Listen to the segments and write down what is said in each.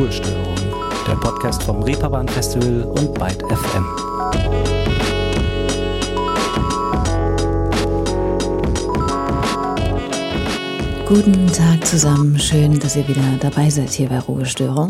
Ruhestörung, der Podcast vom Reeperbahn Festival und Byte FM. Guten Tag zusammen, schön, dass ihr wieder dabei seid hier bei Ruhestörung.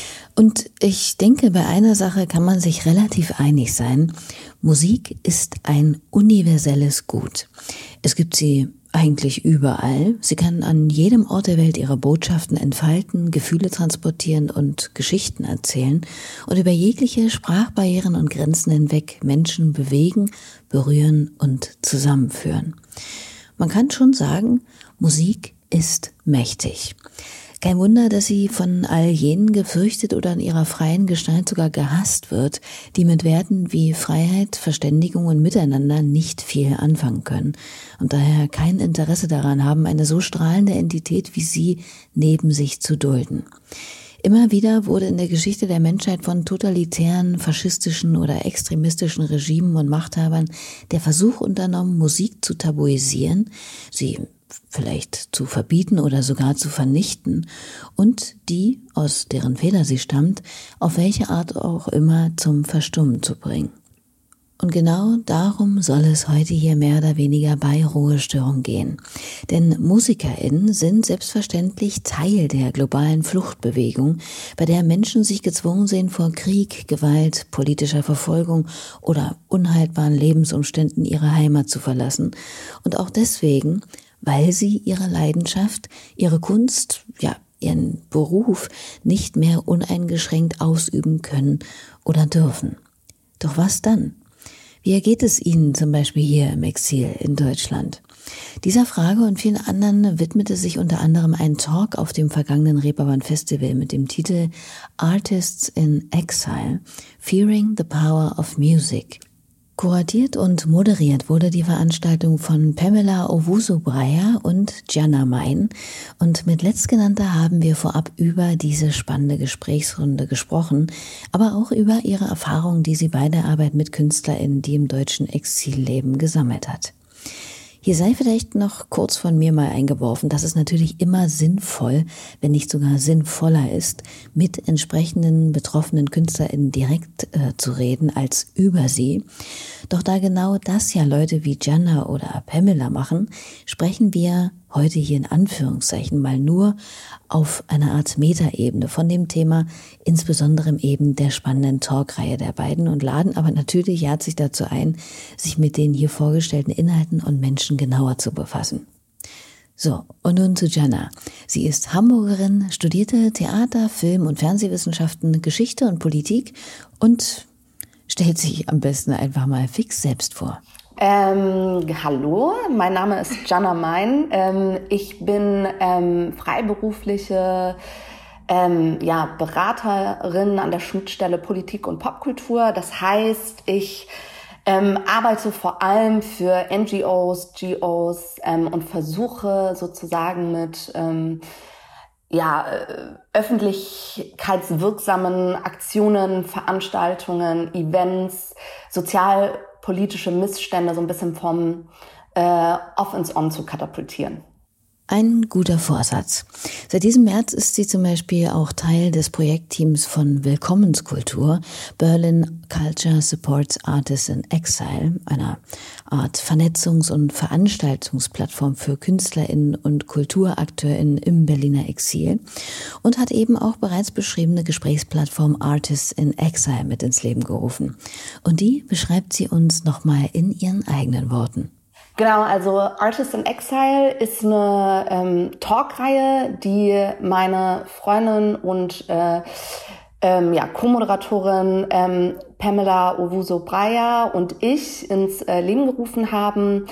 Und ich denke, bei einer Sache kann man sich relativ einig sein. Musik ist ein universelles Gut. Es gibt sie eigentlich überall. Sie kann an jedem Ort der Welt ihre Botschaften entfalten, Gefühle transportieren und Geschichten erzählen und über jegliche Sprachbarrieren und Grenzen hinweg Menschen bewegen, berühren und zusammenführen. Man kann schon sagen, Musik ist mächtig. Kein Wunder, dass sie von all jenen gefürchtet oder in ihrer freien Gestalt sogar gehasst wird, die mit Werten wie Freiheit, Verständigung und Miteinander nicht viel anfangen können und daher kein Interesse daran haben, eine so strahlende Entität wie sie neben sich zu dulden. Immer wieder wurde in der Geschichte der Menschheit von totalitären, faschistischen oder extremistischen Regimen und Machthabern der Versuch unternommen, Musik zu tabuisieren, sie vielleicht zu verbieten oder sogar zu vernichten und die, aus deren Feder sie stammt, auf welche Art auch immer zum Verstummen zu bringen. Und genau darum soll es heute hier mehr oder weniger bei Ruhestörung gehen. Denn MusikerInnen sind selbstverständlich Teil der globalen Fluchtbewegung, bei der Menschen sich gezwungen sehen, vor Krieg, Gewalt, politischer Verfolgung oder unhaltbaren Lebensumständen ihre Heimat zu verlassen. Und auch deswegen, weil sie ihre Leidenschaft, ihre Kunst, ihren Beruf nicht mehr uneingeschränkt ausüben können oder dürfen. Doch was dann? Wie ergeht es Ihnen zum Beispiel hier im Exil in Deutschland? Dieser Frage und vielen anderen widmete sich unter anderem ein Talk auf dem vergangenen Reeperbahn Festival mit dem Titel Artists in Exile, Fearing the Power of Music. Kuratiert und moderiert wurde die Veranstaltung von Pamela Owusu-Breyer und Gianna Mein und mit letztgenannter haben wir vorab über diese spannende Gesprächsrunde gesprochen, aber auch über ihre Erfahrungen, die sie bei der Arbeit mit KünstlerInnen, die im deutschen Exil leben, gesammelt hat. Hier sei vielleicht noch kurz von mir mal eingeworfen, dass es natürlich immer sinnvoll, wenn nicht sogar sinnvoller ist, mit entsprechenden betroffenen KünstlerInnen direkt zu reden als über sie. Doch da genau das ja Leute wie Gianna oder Pamela machen, sprechen wir heute hier in Anführungszeichen mal nur auf einer Art Metaebene von dem Thema, insbesondere eben der spannenden Talkreihe der beiden und laden aber natürlich herzlich dazu ein, sich mit den hier vorgestellten Inhalten und Menschen genauer zu befassen. So, und nun zu Gianna. Sie ist Hamburgerin, studierte Theater, Film- und Fernsehwissenschaften, Geschichte und Politik und stellt sich am besten einfach mal fix selbst vor. Hallo, mein Name ist Gianna Mein. Ich bin freiberufliche Beraterin an der Schnittstelle Politik und Popkultur. Das heißt, ich arbeite vor allem für NGOs, GOs und versuche sozusagen mit öffentlichkeitswirksamen Aktionen, Veranstaltungen, Events, sozialpolitische Missstände so ein bisschen vom Off ins On zu katapultieren. Ein guter Vorsatz. Seit diesem März ist sie zum Beispiel auch Teil des Projektteams von Willkommenskultur, Berlin Culture Supports Artists in Exile, einer Art Vernetzungs- und Veranstaltungsplattform für KünstlerInnen und KulturakteurInnen im Berliner Exil und hat eben auch bereits beschriebene Gesprächsplattform Artists in Exile mit ins Leben gerufen. Und die beschreibt sie uns nochmal in ihren eigenen Worten. Genau, also Artists in Exile ist eine Talkreihe, die meine Freundin und Co-Moderatorin Pamela Owusu-Breyer und ich ins Leben gerufen haben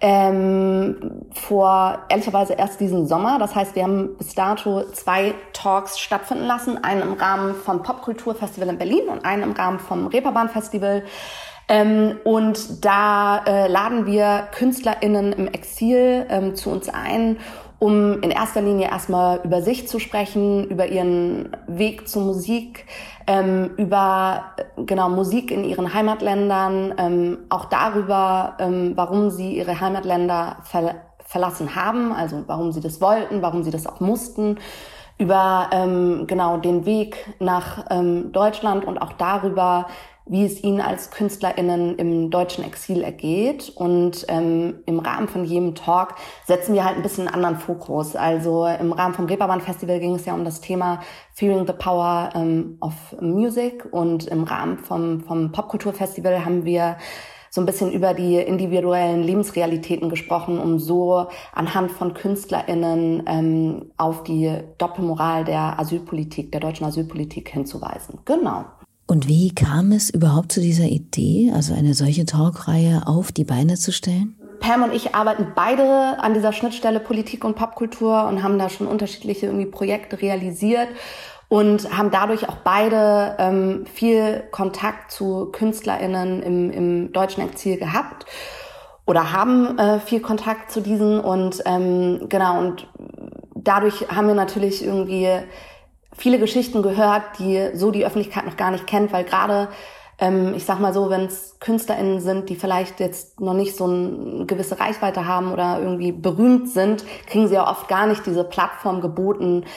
vor ehrlicherweise erst diesen Sommer. Das heißt, wir haben bis dato 2 Talks stattfinden lassen, einen im Rahmen vom Popkulturfestival in Berlin und einen im Rahmen vom Reeperbahn Festival. Und da laden wir KünstlerInnen im Exil zu uns ein, um in erster Linie erstmal über sich zu sprechen, über ihren Weg zur Musik, über Musik in ihren Heimatländern, auch darüber, warum sie ihre Heimatländer verlassen haben, also warum sie das wollten, warum sie das auch mussten, über genau den Weg nach Deutschland und auch darüber, wie es ihnen als KünstlerInnen im deutschen Exil ergeht. Und im Rahmen von jedem Talk setzen wir halt ein bisschen einen anderen Fokus. Also im Rahmen vom Reeperbahn Festival ging es ja um das Thema Feeling the Power of Music. Und im Rahmen vom Popkulturfestival haben wir so ein bisschen über die individuellen Lebensrealitäten gesprochen, um so anhand von KünstlerInnen auf die Doppelmoral der Asylpolitik, der deutschen Asylpolitik hinzuweisen. Genau. Und wie kam es überhaupt zu dieser Idee, also eine solche Talkreihe auf die Beine zu stellen? Pam und ich arbeiten beide an dieser Schnittstelle Politik und Popkultur und haben da schon unterschiedliche irgendwie Projekte realisiert und haben dadurch auch beide viel Kontakt zu KünstlerInnen im deutschen Exil gehabt oder haben viel Kontakt zu diesen und genau, und dadurch haben wir natürlich irgendwie viele Geschichten gehört, die so die Öffentlichkeit noch gar nicht kennt, weil gerade, ich sag mal so, wenn es KünstlerInnen sind, die vielleicht jetzt noch nicht so eine gewisse Reichweite haben oder irgendwie berühmt sind, kriegen sie ja oft gar nicht diese Plattform geboten,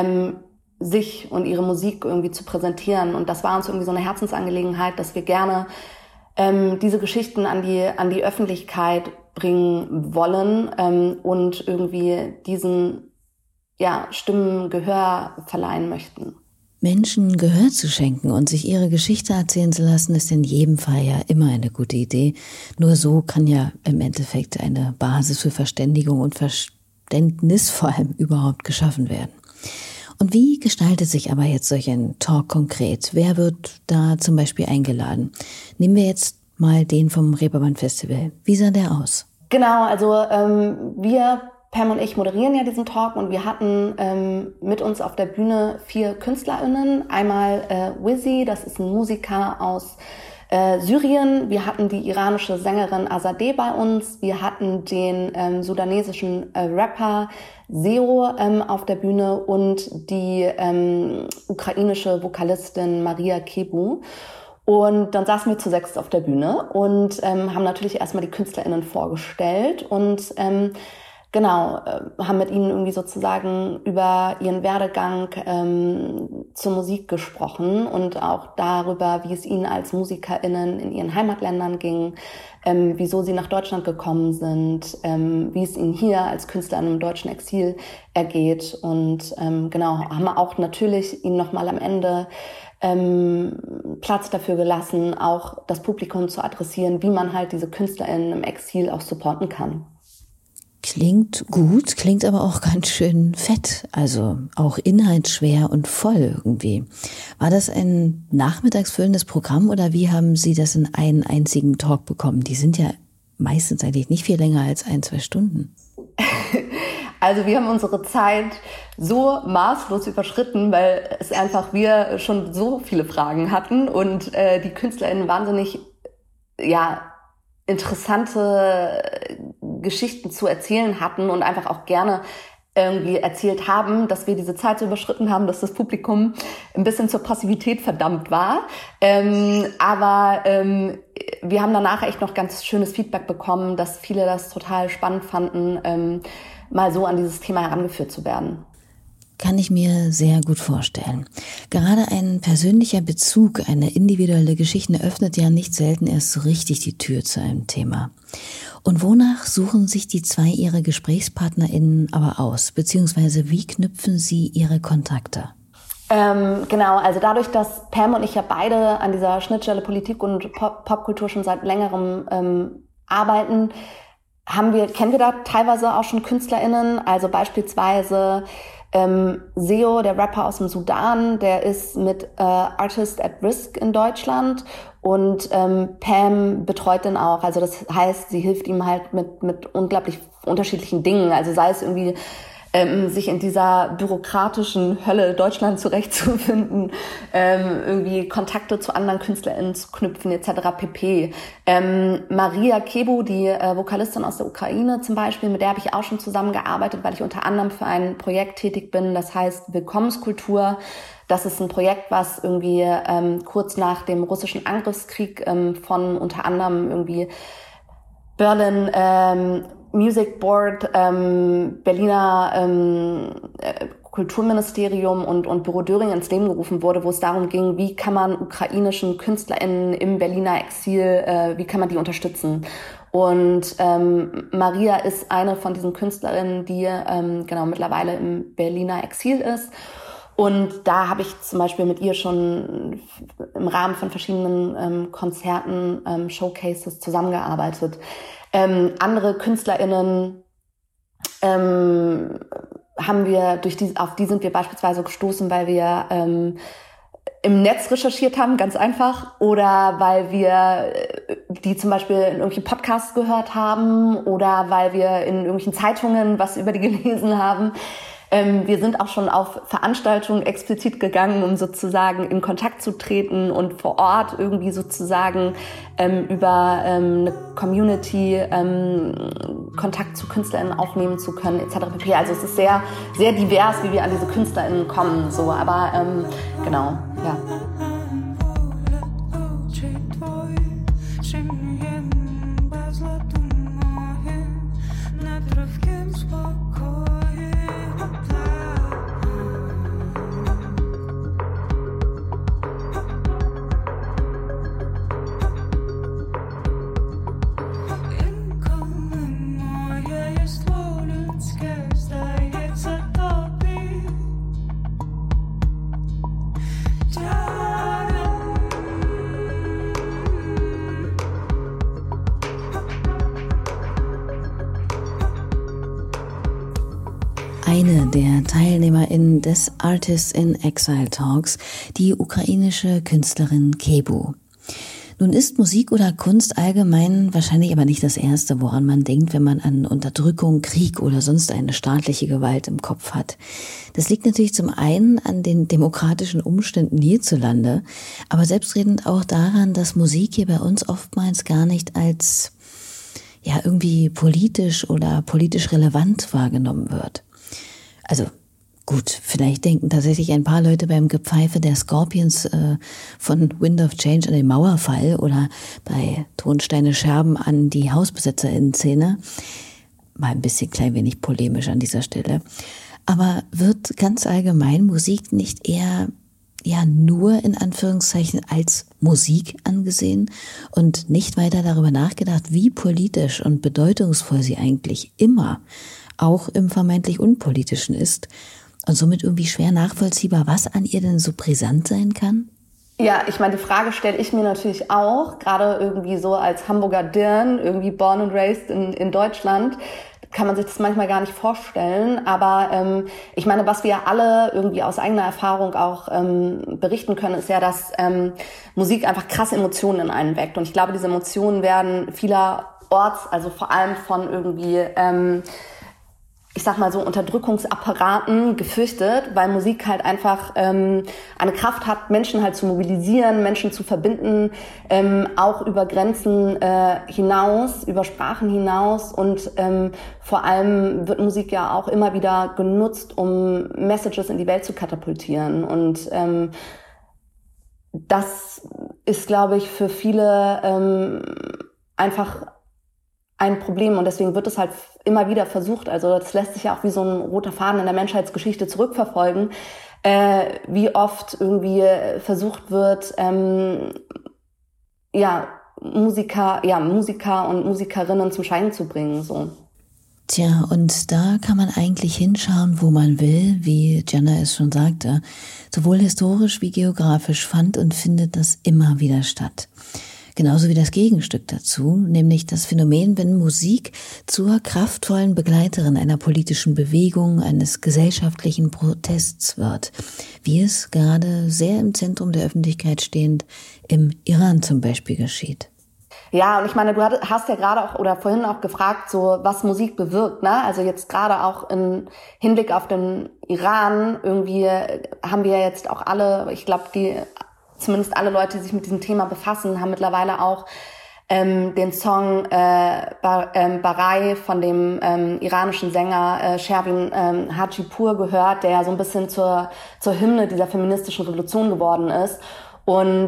sich und ihre Musik irgendwie zu präsentieren. Und das war uns irgendwie so eine Herzensangelegenheit, dass wir gerne diese Geschichten an die Öffentlichkeit bringen wollen und irgendwie diesen Stimmen Gehör verleihen möchten. Menschen Gehör zu schenken und sich ihre Geschichte erzählen zu lassen, ist in jedem Fall ja immer eine gute Idee. Nur so kann ja im Endeffekt eine Basis für Verständigung und Verständnis vor allem überhaupt geschaffen werden. Und wie gestaltet sich aber jetzt solch ein Talk konkret? Wer wird da zum Beispiel eingeladen? Nehmen wir jetzt mal den vom Reeperbahn Festival. Wie sah der aus? Genau, also Pam und ich moderieren ja diesen Talk und wir hatten mit uns auf der Bühne 4 KünstlerInnen. Einmal Wizzy, das ist ein Musiker aus Syrien. Wir hatten die iranische Sängerin Azadeh bei uns. Wir hatten den sudanesischen Rapper Seo auf der Bühne und die ukrainische Vokalistin Maria Kebu. Und dann saßen wir zu 6 auf der Bühne und haben natürlich erstmal die KünstlerInnen vorgestellt und haben mit ihnen irgendwie sozusagen über ihren Werdegang zur Musik gesprochen und auch darüber, wie es ihnen als MusikerInnen in ihren Heimatländern ging, wieso sie nach Deutschland gekommen sind, wie es ihnen hier als KünstlerInnen im deutschen Exil ergeht und haben auch natürlich ihnen nochmal am Ende Platz dafür gelassen, auch das Publikum zu adressieren, wie man halt diese KünstlerInnen im Exil auch supporten kann. Klingt gut, klingt aber auch ganz schön fett, also auch inhaltsschwer und voll irgendwie. War das ein nachmittagsfüllendes Programm oder wie haben Sie das in einen einzigen Talk bekommen? Die sind ja meistens eigentlich nicht viel länger als 1-2 Stunden. Also wir haben unsere Zeit so maßlos überschritten, weil es einfach wir schon so viele Fragen hatten und die KünstlerInnen wahnsinnig, interessante Geschichten zu erzählen hatten und einfach auch gerne irgendwie erzählt haben, dass wir diese Zeit so überschritten haben, dass das Publikum ein bisschen zur Passivität verdammt war. Aber wir haben danach echt noch ganz schönes Feedback bekommen, dass viele das total spannend fanden, mal so an dieses Thema herangeführt zu werden. Kann ich mir sehr gut vorstellen. Gerade ein persönlicher Bezug, eine individuelle Geschichte öffnet ja nicht selten erst so richtig die Tür zu einem Thema. Und wonach suchen sich die 2 ihre GesprächspartnerInnen aber aus? Beziehungsweise wie knüpfen sie ihre Kontakte? Also dadurch, dass Pam und ich ja beide an dieser Schnittstelle Politik und Popkultur schon seit längerem arbeiten, kennen wir da teilweise auch schon KünstlerInnen, also beispielsweise Seo, der Rapper aus dem Sudan, der ist mit Artist at Risk in Deutschland und Pam betreut den auch. Also das heißt, sie hilft ihm halt mit unglaublich unterschiedlichen Dingen. Also sei es irgendwie sich in dieser bürokratischen Hölle Deutschland zurechtzufinden, irgendwie Kontakte zu anderen KünstlerInnen zu knüpfen, etc. pp. Maria Kebu, die Vokalistin aus der Ukraine zum Beispiel, mit der habe ich auch schon zusammengearbeitet, weil ich unter anderem für ein Projekt tätig bin, das heißt Willkommenskultur. Das ist ein Projekt, was irgendwie kurz nach dem russischen Angriffskrieg von unter anderem irgendwie Berlin Music Board, Berliner Kulturministerium und Büro Döring ins Leben gerufen wurde, wo es darum ging, wie kann man ukrainischen KünstlerInnen im Berliner Exil, wie kann man die unterstützen? Und Maria ist eine von diesen Künstlerinnen, die mittlerweile im Berliner Exil ist. Und da habe ich zum Beispiel mit ihr schon im Rahmen von verschiedenen Konzerten, Showcases zusammengearbeitet. Andere KünstlerInnen haben wir auf die sind wir beispielsweise gestoßen, weil wir im Netz recherchiert haben, ganz einfach, oder weil wir die zum Beispiel in irgendwelchen Podcasts gehört haben oder weil wir in irgendwelchen Zeitungen was über die gelesen haben. Wir sind auch schon auf Veranstaltungen explizit gegangen, um sozusagen in Kontakt zu treten und vor Ort irgendwie sozusagen über eine Community Kontakt zu KünstlerInnen aufnehmen zu können, etc. pp. Also es ist sehr, sehr divers, wie wir an diese KünstlerInnen kommen, so, aber genau, ja. Eine der TeilnehmerInnen des Artists in Exile Talks, die ukrainische Künstlerin Kebu. Nun ist Musik oder Kunst allgemein wahrscheinlich aber nicht das Erste, woran man denkt, wenn man an Unterdrückung, Krieg oder sonst eine staatliche Gewalt im Kopf hat. Das liegt natürlich zum einen an den demokratischen Umständen hierzulande, aber selbstredend auch daran, dass Musik hier bei uns oftmals gar nicht als irgendwie politisch oder politisch relevant wahrgenommen wird. Also gut, vielleicht denken tatsächlich ein paar Leute beim Gepfeife der Scorpions von Wind of Change an den Mauerfall oder bei Tonsteine Scherben an die HausbesetzerInnen-Szene. Mal ein bisschen klein wenig polemisch an dieser Stelle. Aber wird ganz allgemein Musik nicht eher nur in Anführungszeichen als Musik angesehen und nicht weiter darüber nachgedacht, wie politisch und bedeutungsvoll sie eigentlich immer auch im vermeintlich Unpolitischen ist und somit irgendwie schwer nachvollziehbar, was an ihr denn so brisant sein kann? Ja, ich meine, die Frage stelle ich mir natürlich auch, gerade irgendwie so als Hamburger Dirn, irgendwie born and raised in Deutschland, kann man sich das manchmal gar nicht vorstellen. Aber ich meine, was wir alle irgendwie aus eigener Erfahrung auch berichten können, ist ja, dass Musik einfach krasse Emotionen in einen weckt. Und ich glaube, diese Emotionen werden vielerorts, also vor allem von irgendwie ich sag mal so Unterdrückungsapparaten gefürchtet, weil Musik halt einfach eine Kraft hat, Menschen halt zu mobilisieren, Menschen zu verbinden, auch über Grenzen hinaus, über Sprachen hinaus und vor allem wird Musik ja auch immer wieder genutzt, um Messages in die Welt zu katapultieren und das ist, glaube ich, für viele einfach ein Problem und deswegen wird es halt immer wieder versucht, also das lässt sich ja auch wie so ein roter Faden in der Menschheitsgeschichte zurückverfolgen, wie oft irgendwie versucht wird, Musiker und Musikerinnen zum Scheinen zu bringen, so. Tja, und da kann man eigentlich hinschauen, wo man will, wie Jenna es schon sagte. Sowohl historisch wie geografisch fand und findet das immer wieder statt. Genauso wie das Gegenstück dazu, nämlich das Phänomen, wenn Musik zur kraftvollen Begleiterin einer politischen Bewegung, eines gesellschaftlichen Protests wird, wie es gerade sehr im Zentrum der Öffentlichkeit stehend im Iran zum Beispiel geschieht. Ja, und ich meine, du hast ja gerade auch oder vorhin auch gefragt, so was Musik bewirkt, ne? Also jetzt gerade auch im Hinblick auf den Iran, irgendwie haben wir jetzt auch alle, ich glaube, zumindest alle Leute, die sich mit diesem Thema befassen, haben mittlerweile auch den Song Barai von dem iranischen Sänger Shervin Hajipur gehört, der ja so ein bisschen zur Hymne dieser feministischen Revolution geworden ist. Und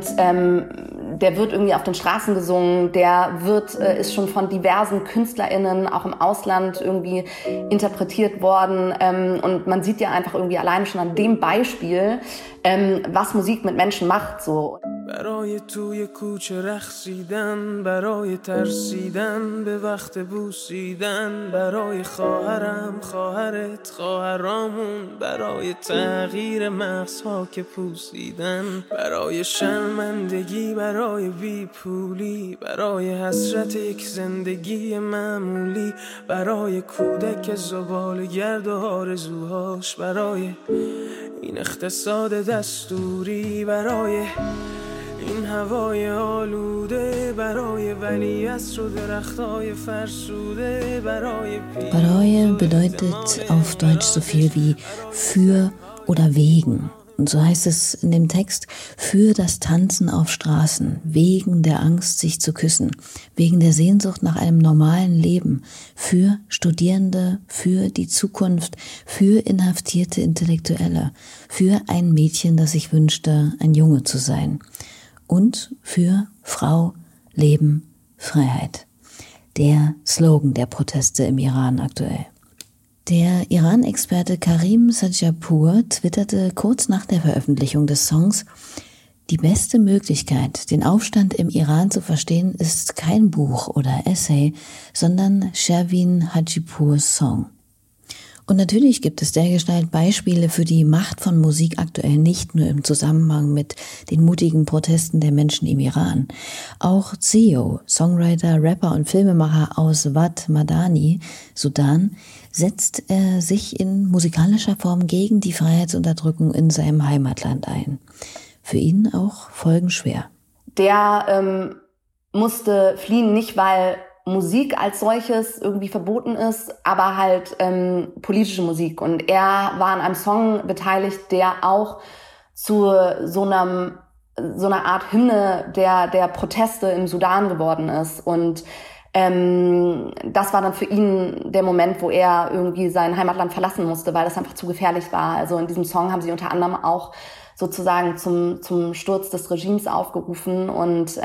der wird irgendwie auf den Straßen gesungen, ist schon von diversen KünstlerInnen auch im Ausland irgendwie interpretiert worden. Und man sieht ja einfach irgendwie alleine schon an dem Beispiel, was Musik mit Menschen macht. So. برای توی کوچه رقصیدن، برای ترسیدن به وقت بوسیدن، برای خواهرم، خواهرت، خواهرامون، برای تغییر مغزها که پوسیدن، برای شرمندگی، برای بیپولی، برای حسرت یک زندگی معمولی، برای کودک زباله‌گرد و آرزوهاش، برای این اقتصاد دستوری، برای این هوای آلوده، برای ولیعصر و درختای فرسوده، برای Bereue bedeutet auf Deutsch so viel wie für oder wegen. Und so heißt es in dem Text, für das Tanzen auf Straßen, wegen der Angst, sich zu küssen, wegen der Sehnsucht nach einem normalen Leben, für Studierende, für die Zukunft, für inhaftierte Intellektuelle, für ein Mädchen, das sich wünschte, ein Junge zu sein. Und für Frau, Leben, Freiheit. Der Slogan der Proteste im Iran aktuell. Der Iran-Experte Karim Sadjapur twitterte kurz nach der Veröffentlichung des Songs: Die beste Möglichkeit, den Aufstand im Iran zu verstehen, ist kein Buch oder Essay, sondern Shervin Hajipurs Song. Und natürlich gibt es dergestalt Beispiele für die Macht von Musik aktuell nicht nur im Zusammenhang mit den mutigen Protesten der Menschen im Iran. Auch Zeo, Songwriter, Rapper und Filmemacher aus Wad Madani, Sudan, setzt sich in musikalischer Form gegen die Freiheitsunterdrückung in seinem Heimatland ein. Für ihn auch folgenschwer. Der musste fliehen, nicht weil Musik als solches irgendwie verboten ist, aber halt politische Musik. Und er war an einem Song beteiligt, der auch zu so einer Art Hymne der Proteste im Sudan geworden ist. Und das war dann für ihn der Moment, wo er irgendwie sein Heimatland verlassen musste, weil das einfach zu gefährlich war. Also in diesem Song haben sie unter anderem auch sozusagen zum Sturz des Regimes aufgerufen. Und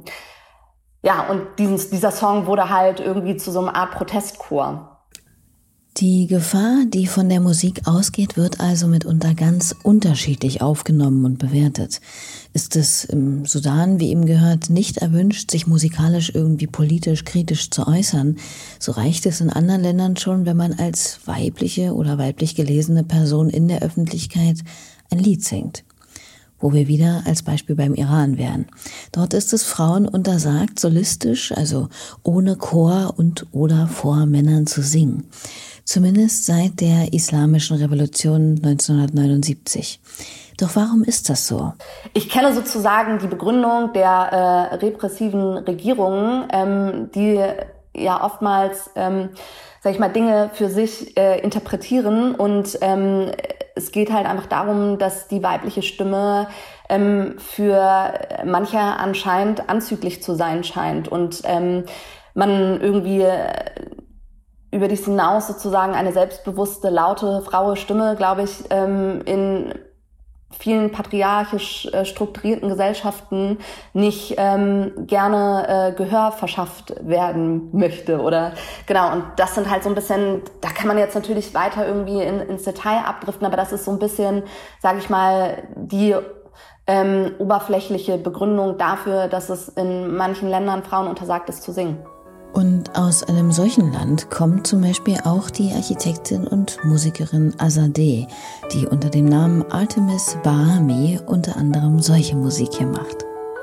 dieser Song wurde halt irgendwie zu so einer Art Protestchor. Die Gefahr, die von der Musik ausgeht, wird also mitunter ganz unterschiedlich aufgenommen und bewertet. Ist es im Sudan, wie ihm gehört, nicht erwünscht, sich musikalisch irgendwie politisch kritisch zu äußern, so reicht es in anderen Ländern schon, wenn man als weibliche oder weiblich gelesene Person in der Öffentlichkeit ein Lied singt. Wo wir wieder als Beispiel beim Iran wären. Dort ist es Frauen untersagt, solistisch, also ohne Chor und oder vor Männern zu singen. Zumindest seit der Islamischen Revolution 1979. Doch warum ist das so? Ich kenne sozusagen die Begründung der repressiven Regierungen, die ja oftmals, Dinge für sich interpretieren. Und es geht halt einfach darum, dass die weibliche Stimme für manche anscheinend anzüglich zu sein scheint. Und man irgendwie über dies hinaus sozusagen eine selbstbewusste, laute Frauenstimme, glaube ich, in vielen patriarchisch strukturierten Gesellschaften nicht gerne Gehör verschafft werden möchte. Oder genau, und das sind halt so ein bisschen, da kann man jetzt natürlich weiter irgendwie ins Detail abdriften, aber das ist so ein bisschen, sage ich mal, die oberflächliche Begründung dafür, dass es in manchen Ländern Frauen untersagt ist zu singen. Und aus einem solchen Land kommt zum Beispiel auch die Architektin und Musikerin Azadeh, die unter dem Namen Artemis Bahami unter anderem solche Musik hier macht.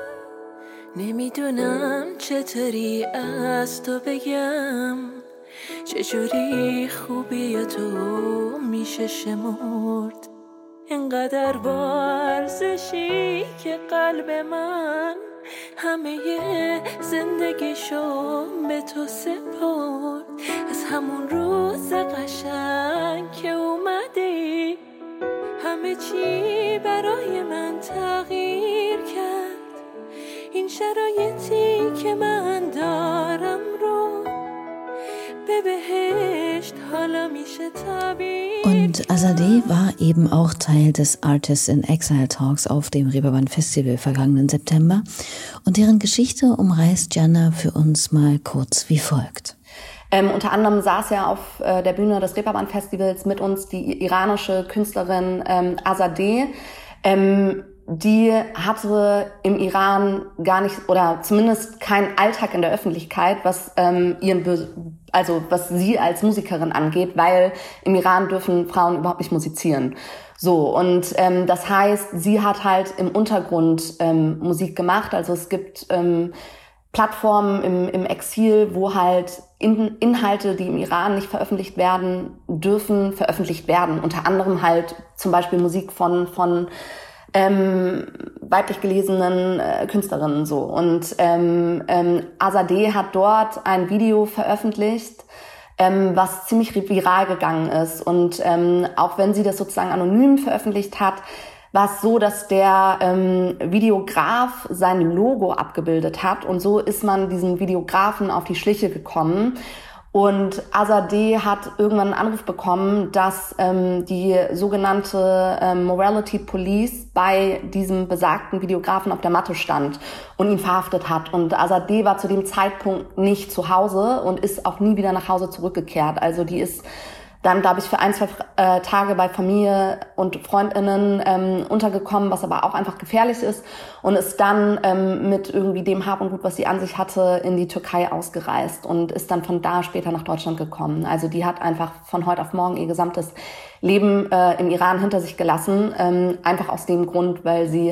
نمیدونم چطوری از تو بگم چجوری خوبی تو میشه شمرد اینقدر ورزشی که قلب من همه زندگیشو به تو سپرد از همون روز قشنگ که اومدی همه چی برای من تغییر کرد این شرایطی که من دارم رو به بهشت Und Azadeh war eben auch Teil des Artists in Exile Talks auf dem Reeperbahn Festival vergangenen September. Und deren Geschichte umreißt Gianna für uns mal kurz wie folgt. Unter anderem saß ja auf der Bühne des Reeperbahn Festivals mit uns die iranische Künstlerin Azadeh. Die hatte im Iran gar nicht, oder zumindest keinen Alltag in der Öffentlichkeit, was was sie als Musikerin angeht, weil im Iran dürfen Frauen überhaupt nicht musizieren. So, und das heißt, sie hat halt im Untergrund Musik gemacht. Also es gibt Plattformen im Exil, wo halt Inhalte, die im Iran nicht veröffentlicht werden dürfen, veröffentlicht werden. Unter anderem halt zum Beispiel Musik von weiblich gelesenen Künstlerinnen so. Und Azadeh hat dort ein Video veröffentlicht, was ziemlich viral gegangen ist. Und auch wenn sie das sozusagen anonym veröffentlicht hat, war es so, dass der Videograf sein Logo abgebildet hat. Und so ist man diesem Videografen auf die Schliche gekommen. Und Azadeh hat irgendwann einen Anruf bekommen, dass die sogenannte Morality Police bei diesem besagten Videografen auf der Matte stand und ihn verhaftet hat. Und Azadeh war zu dem Zeitpunkt nicht zu Hause und ist auch nie wieder nach Hause zurückgekehrt. Also die ist dann, glaube ich, für 1-2 Tage bei Familie und FreundInnen untergekommen, was aber auch einfach gefährlich ist, und ist dann mit irgendwie dem Hab und Gut, was sie an sich hatte, in die Türkei ausgereist und ist dann von da später nach Deutschland gekommen. Also die hat einfach von heute auf morgen ihr gesamtes Leben im Iran hinter sich gelassen, einfach aus dem Grund, weil sie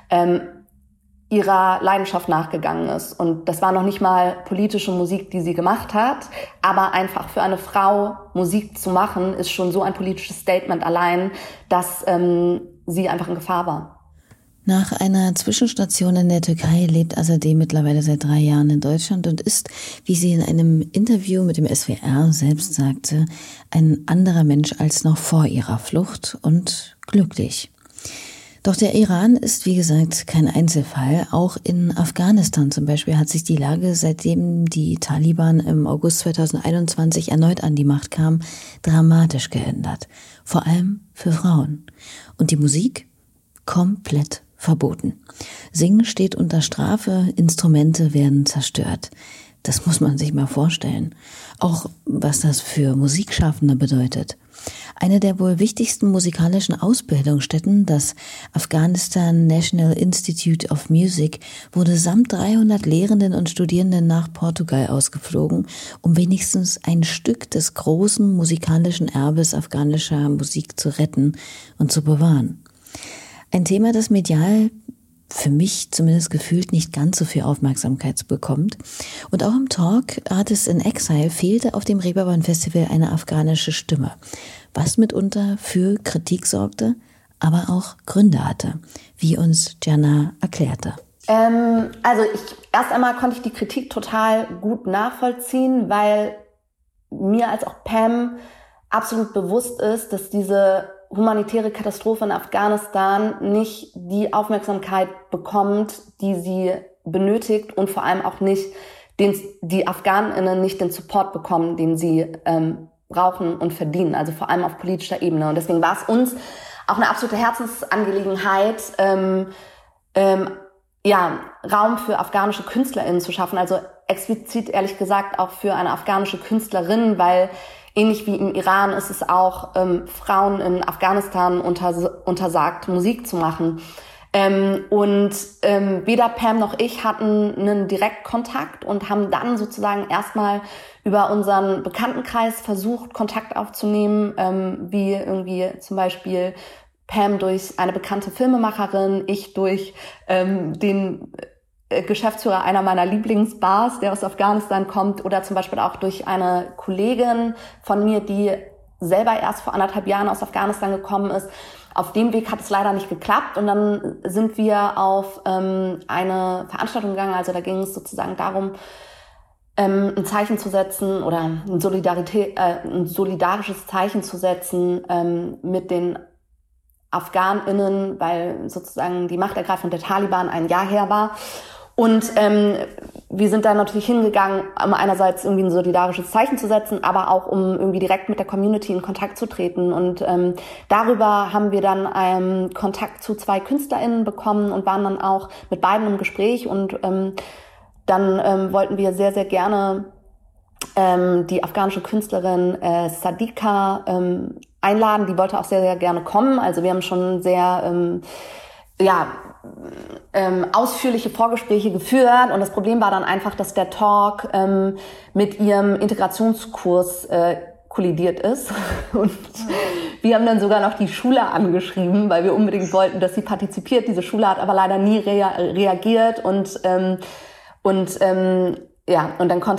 ihrer Leidenschaft nachgegangen ist. Und das war noch nicht mal politische Musik, die sie gemacht hat, aber einfach für eine Frau Musik zu machen, ist schon so ein politisches Statement allein, dass sie einfach in Gefahr war. Nach einer Zwischenstation in der Türkei lebt Azadeh mittlerweile seit 3 Jahren in Deutschland und ist, wie sie in einem Interview mit dem SWR selbst sagte, ein anderer Mensch als noch vor ihrer Flucht und glücklich. Doch der Iran ist, wie gesagt, kein Einzelfall. Auch in Afghanistan zum Beispiel hat sich die Lage, seitdem die Taliban im August 2021 erneut an die Macht kamen, dramatisch geändert. Vor allem für Frauen. Und die Musik? Komplett verboten. Singen steht unter Strafe, Instrumente werden zerstört. Das muss man sich mal vorstellen. Auch was das für Musikschaffende bedeutet. Eine der wohl wichtigsten musikalischen Ausbildungsstätten, das Afghanistan National Institute of Music, wurde samt 300 Lehrenden und Studierenden nach Portugal ausgeflogen, um wenigstens ein Stück des großen musikalischen Erbes afghanischer Musik zu retten und zu bewahren. Ein Thema, das medial für mich zumindest gefühlt nicht ganz so viel Aufmerksamkeit bekommt. Und auch im Talk Artists in Exile fehlte auf dem Reeperbahn Festival eine afghanische Stimme, was mitunter für Kritik sorgte, aber auch Gründe hatte, wie uns Gianna erklärte. Erst einmal konnte ich die Kritik total gut nachvollziehen, weil mir als auch Pam absolut bewusst ist, dass diese humanitäre Katastrophe in Afghanistan nicht die Aufmerksamkeit bekommt, die sie benötigt, und vor allem auch nicht die AfghanInnen nicht den Support bekommen, den sie brauchen und verdienen, also vor allem auf politischer Ebene. Und deswegen war es uns auch eine absolute Herzensangelegenheit, Raum für afghanische KünstlerInnen zu schaffen, also explizit ehrlich gesagt auch für eine afghanische Künstlerin, weil ähnlich wie im Iran ist es auch Frauen in Afghanistan untersagt, Musik zu machen. Weder Pam noch ich hatten einen Direktkontakt und haben dann sozusagen erstmal über unseren Bekanntenkreis versucht, Kontakt aufzunehmen, wie irgendwie zum Beispiel Pam durch eine bekannte Filmemacherin, ich durch den Geschäftsführer einer meiner Lieblingsbars, der aus Afghanistan kommt, oder zum Beispiel auch durch eine Kollegin von mir, die selber erst vor 1,5 Jahren aus Afghanistan gekommen ist. Auf dem Weg hat es leider nicht geklappt, und dann sind wir auf eine Veranstaltung gegangen. Also da ging es sozusagen darum, ein Zeichen zu setzen oder ein solidarisches Zeichen zu setzen mit den AfghanInnen, weil sozusagen die Machtergreifung der Taliban ein Jahr her war. Und wir sind da natürlich hingegangen, um einerseits irgendwie ein solidarisches Zeichen zu setzen, aber auch um irgendwie direkt mit der Community in Kontakt zu treten. Und darüber haben wir dann Kontakt zu 2 KünstlerInnen bekommen und waren dann auch mit beiden im Gespräch. Und dann wollten wir sehr, sehr gerne die afghanische Künstlerin Sadika einladen. Die wollte auch sehr, sehr gerne kommen. Also wir haben schon sehr ausführliche Vorgespräche geführt, und das Problem war dann einfach, dass der Talk mit ihrem Integrationskurs kollidiert ist, und wir haben dann sogar noch die Schule angeschrieben, weil wir unbedingt wollten, dass sie partizipiert. Diese Schule hat aber leider nie reagiert, und dann konnte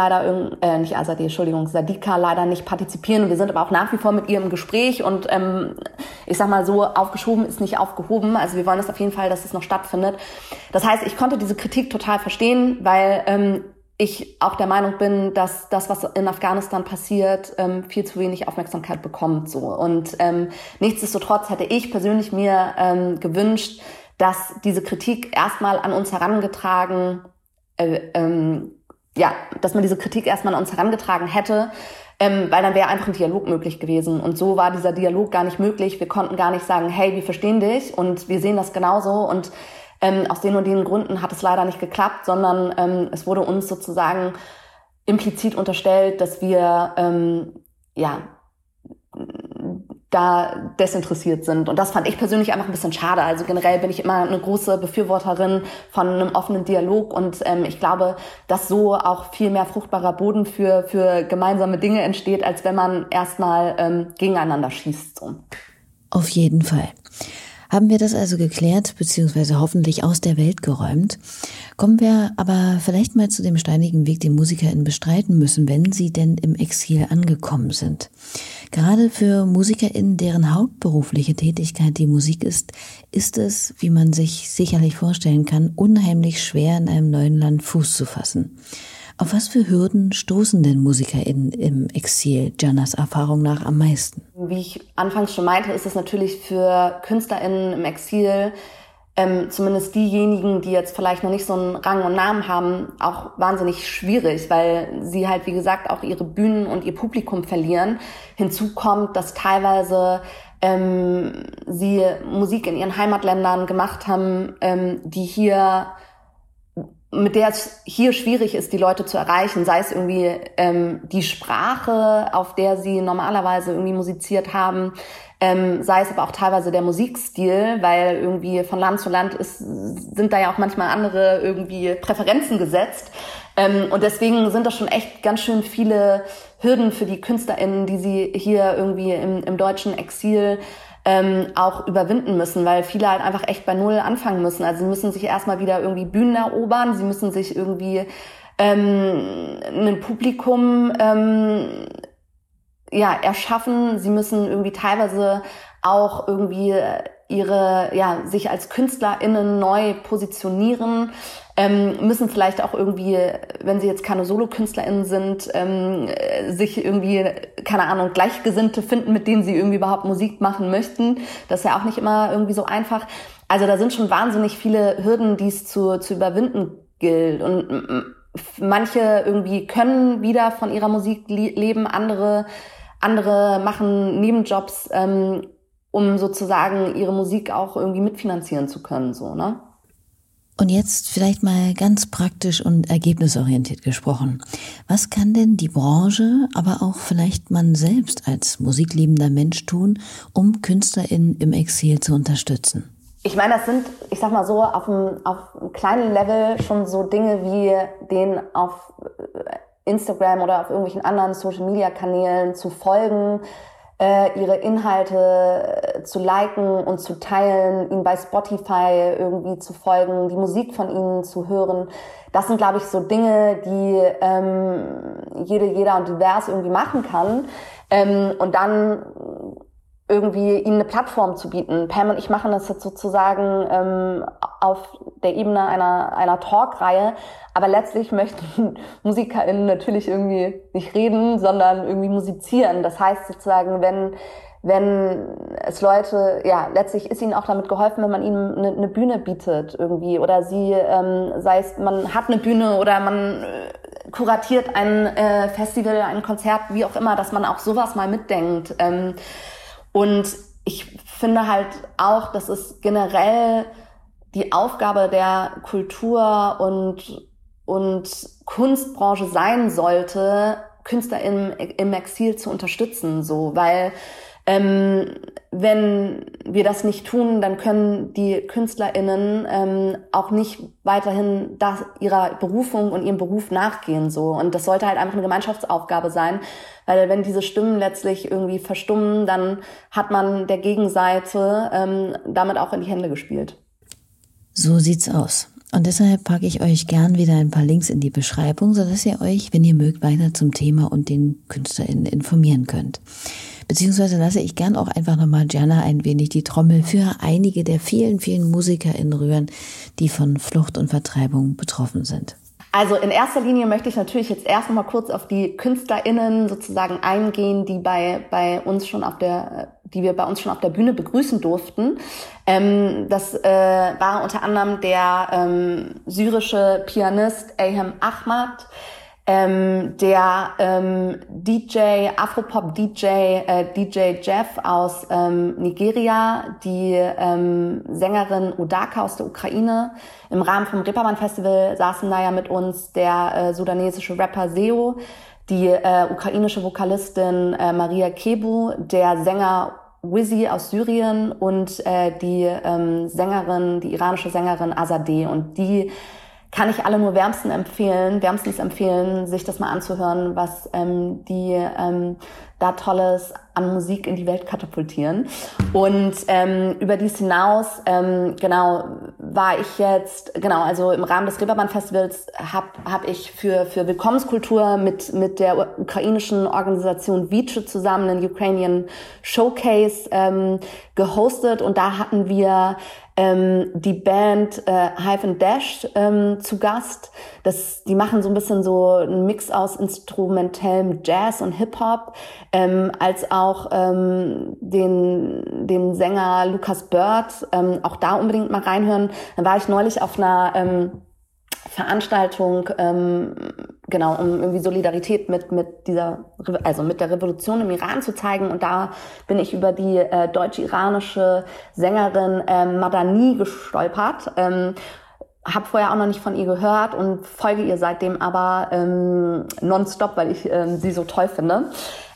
Sadika leider nicht partizipieren. Wir sind aber auch nach wie vor mit ihr im Gespräch, und ich sag mal so, aufgeschoben ist nicht aufgehoben. Also wir wollen das auf jeden Fall, dass es noch stattfindet. Das heißt, ich konnte diese Kritik total verstehen, weil ich auch der Meinung bin, dass das, was in Afghanistan passiert, viel zu wenig Aufmerksamkeit bekommt. So. Und nichtsdestotrotz hätte ich persönlich mir gewünscht, dass diese Kritik erstmal an uns herangetragen dass man diese Kritik erstmal an uns herangetragen hätte, weil dann wäre einfach ein Dialog möglich gewesen. Und so war dieser Dialog gar nicht möglich. Wir konnten gar nicht sagen, hey, wir verstehen dich und wir sehen das genauso. Und aus den und den Gründen hat es leider nicht geklappt, sondern es wurde uns sozusagen implizit unterstellt, dass wir da desinteressiert sind. Und das fand ich persönlich einfach ein bisschen schade. Also generell bin ich immer eine große Befürworterin von einem offenen Dialog, und ich glaube, dass so auch viel mehr fruchtbarer Boden für gemeinsame Dinge entsteht, als wenn man erstmal gegeneinander schießt. So. Auf jeden Fall. Haben wir das also geklärt, beziehungsweise hoffentlich aus der Welt geräumt? Kommen wir aber vielleicht mal zu dem steinigen Weg, den MusikerInnen bestreiten müssen, wenn sie denn im Exil angekommen sind. Gerade für MusikerInnen, deren hauptberufliche Tätigkeit die Musik ist es, wie man sich sicherlich vorstellen kann, unheimlich schwer, in einem neuen Land Fuß zu fassen. Auf was für Hürden stoßen denn MusikerInnen im Exil, Jannas Erfahrung nach, am meisten? Wie ich anfangs schon meinte, ist es natürlich für KünstlerInnen im Exil, zumindest diejenigen, die jetzt vielleicht noch nicht so einen Rang und Namen haben, auch wahnsinnig schwierig, weil sie halt, wie gesagt, auch ihre Bühnen und ihr Publikum verlieren. Hinzu kommt, dass teilweise sie Musik in ihren Heimatländern gemacht haben, mit der es hier schwierig ist, die Leute zu erreichen, sei es irgendwie die Sprache, auf der sie normalerweise irgendwie musiziert haben, sei es aber auch teilweise der Musikstil, weil irgendwie von Land zu Land sind da ja auch manchmal andere irgendwie Präferenzen gesetzt. Und deswegen sind das schon echt ganz schön viele Hürden für die KünstlerInnen, die sie hier irgendwie im deutschen Exil auch überwinden müssen, weil viele halt einfach echt bei Null anfangen müssen. Also sie müssen sich erstmal wieder irgendwie Bühnen erobern, sie müssen sich irgendwie ein Publikum erschaffen, sie müssen irgendwie teilweise auch irgendwie sich als KünstlerInnen neu positionieren, müssen vielleicht auch irgendwie, wenn sie jetzt keine Solo-KünstlerInnen sind, sich irgendwie, keine Ahnung, Gleichgesinnte finden, mit denen sie irgendwie überhaupt Musik machen möchten. Das ist ja auch nicht immer irgendwie so einfach. Also da sind schon wahnsinnig viele Hürden, die es zu überwinden gilt. Und manche irgendwie können wieder von ihrer Musik leben, andere machen Nebenjobs, um sozusagen ihre Musik auch irgendwie mitfinanzieren zu können, so, ne? Und jetzt vielleicht mal ganz praktisch und ergebnisorientiert gesprochen. Was kann denn die Branche, aber auch vielleicht man selbst als musikliebender Mensch tun, um KünstlerInnen im Exil zu unterstützen? Ich meine, das sind, ich sag mal so, auf einem kleinen Level schon so Dinge wie den auf Instagram oder auf irgendwelchen anderen Social-Media-Kanälen zu folgen, ihre Inhalte zu liken und zu teilen, ihnen bei Spotify irgendwie zu folgen, die Musik von ihnen zu hören. Das sind, glaube ich, so Dinge, die jeder und divers irgendwie machen kann. Und dann irgendwie ihnen eine Plattform zu bieten. Pam und ich machen das jetzt sozusagen auf der Ebene einer Talkreihe, aber letztlich möchten MusikerInnen natürlich irgendwie nicht reden, sondern irgendwie musizieren. Das heißt sozusagen, wenn wenn es Leute, ja, letztlich ist ihnen auch damit geholfen, wenn man ihnen eine Bühne bietet irgendwie oder sie, sei es, man hat eine Bühne oder man kuratiert ein Festival, ein Konzert, wie auch immer, dass man auch sowas mal mitdenkt. Und ich finde halt auch, dass es generell die Aufgabe der Kultur und Kunstbranche sein sollte, Künstler im Exil zu unterstützen, so, weil wenn wir das nicht tun, dann können die KünstlerInnen auch nicht weiterhin ihrer Berufung und ihrem Beruf nachgehen, so. Und das sollte halt einfach eine Gemeinschaftsaufgabe sein, weil wenn diese Stimmen letztlich irgendwie verstummen, dann hat man der Gegenseite damit auch in die Hände gespielt. So sieht's aus. Und deshalb packe ich euch gern wieder ein paar Links in die Beschreibung, sodass ihr euch, wenn ihr mögt, weiter zum Thema und den KünstlerInnen informieren könnt. Beziehungsweise lasse ich gern auch einfach nochmal Gianna ein wenig die Trommel für einige der vielen, vielen MusikerInnen rühren, die von Flucht und Vertreibung betroffen sind. Also in erster Linie möchte ich natürlich jetzt erst mal kurz auf die KünstlerInnen sozusagen eingehen, die wir bei uns schon auf der Bühne begrüßen durften. Das war unter anderem der syrische Pianist Ayhem Ahmad, der DJ Jeff aus Nigeria, die Sängerin Udaka aus der Ukraine. Im Rahmen vom Reeperbahn-Festival saßen da ja mit uns der sudanesische Rapper Seo, die ukrainische Vokalistin Maria Kebu, der Sänger Wizzy aus Syrien und die iranische Sängerin Azadeh. Und die kann ich alle nur wärmstens empfehlen, sich das mal anzuhören, was die da Tolles an Musik in die Welt katapultieren. Und über dies hinaus, war ich jetzt, also im Rahmen des Reeperbahn-Festivals hab ich für Willkommenskultur mit der ukrainischen Organisation Vice zusammen einen Ukrainian Showcase gehostet, und da hatten wir die Band Hive and Dash zu Gast. Die machen so ein bisschen so einen Mix aus instrumentellem Jazz und Hip-Hop, als auch den Sänger Lucas Bird, auch da unbedingt mal reinhören. Dann war ich neulich auf einer Veranstaltung, um irgendwie Solidarität mit der Revolution im Iran zu zeigen. Und da bin ich über die deutsch-iranische Sängerin Madani gestolpert. Hab vorher auch noch nicht von ihr gehört und folge ihr seitdem aber nonstop, weil ich sie so toll finde.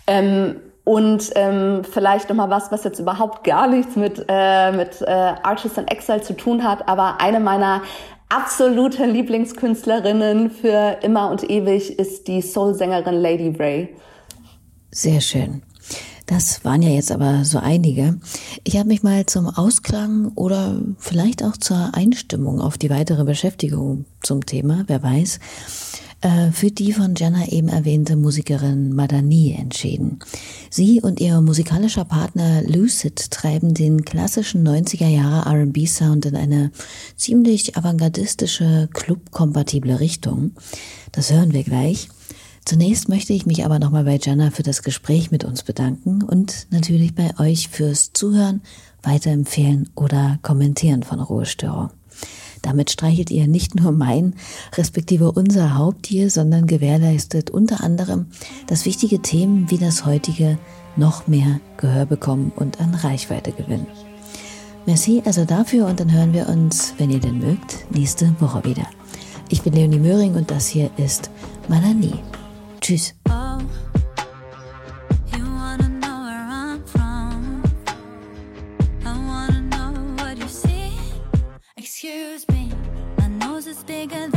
Vielleicht nochmal was jetzt überhaupt gar nichts mit Artists in Exile zu tun hat, aber eine meiner absolute Lieblingskünstlerinnen für immer und ewig ist die Soul-Sängerin Lady Ray. Sehr schön. Das waren ja jetzt aber so einige. Ich habe mich mal zum Ausklang oder vielleicht auch zur Einstimmung auf die weitere Beschäftigung zum Thema, wer weiß, für die von Gianna eben erwähnte Musikerin Madani entschieden. Sie und ihr musikalischer Partner Lucid treiben den klassischen 90er-Jahre R&B-Sound in eine ziemlich avantgardistische, clubkompatible Richtung. Das hören wir gleich. Zunächst möchte ich mich aber nochmal bei Gianna für das Gespräch mit uns bedanken und natürlich bei euch fürs Zuhören, Weiterempfehlen oder Kommentieren von Ruhestörung. Damit streichelt ihr nicht nur mein, respektive unser Haupttier, sondern gewährleistet unter anderem, dass wichtige Themen wie das heutige noch mehr Gehör bekommen und an Reichweite gewinnen. Merci also dafür, und dann hören wir uns, wenn ihr denn mögt, nächste Woche wieder. Ich bin Leonie Möhring und das hier ist Madani. Tschüss. Excuse me, my nose is bigger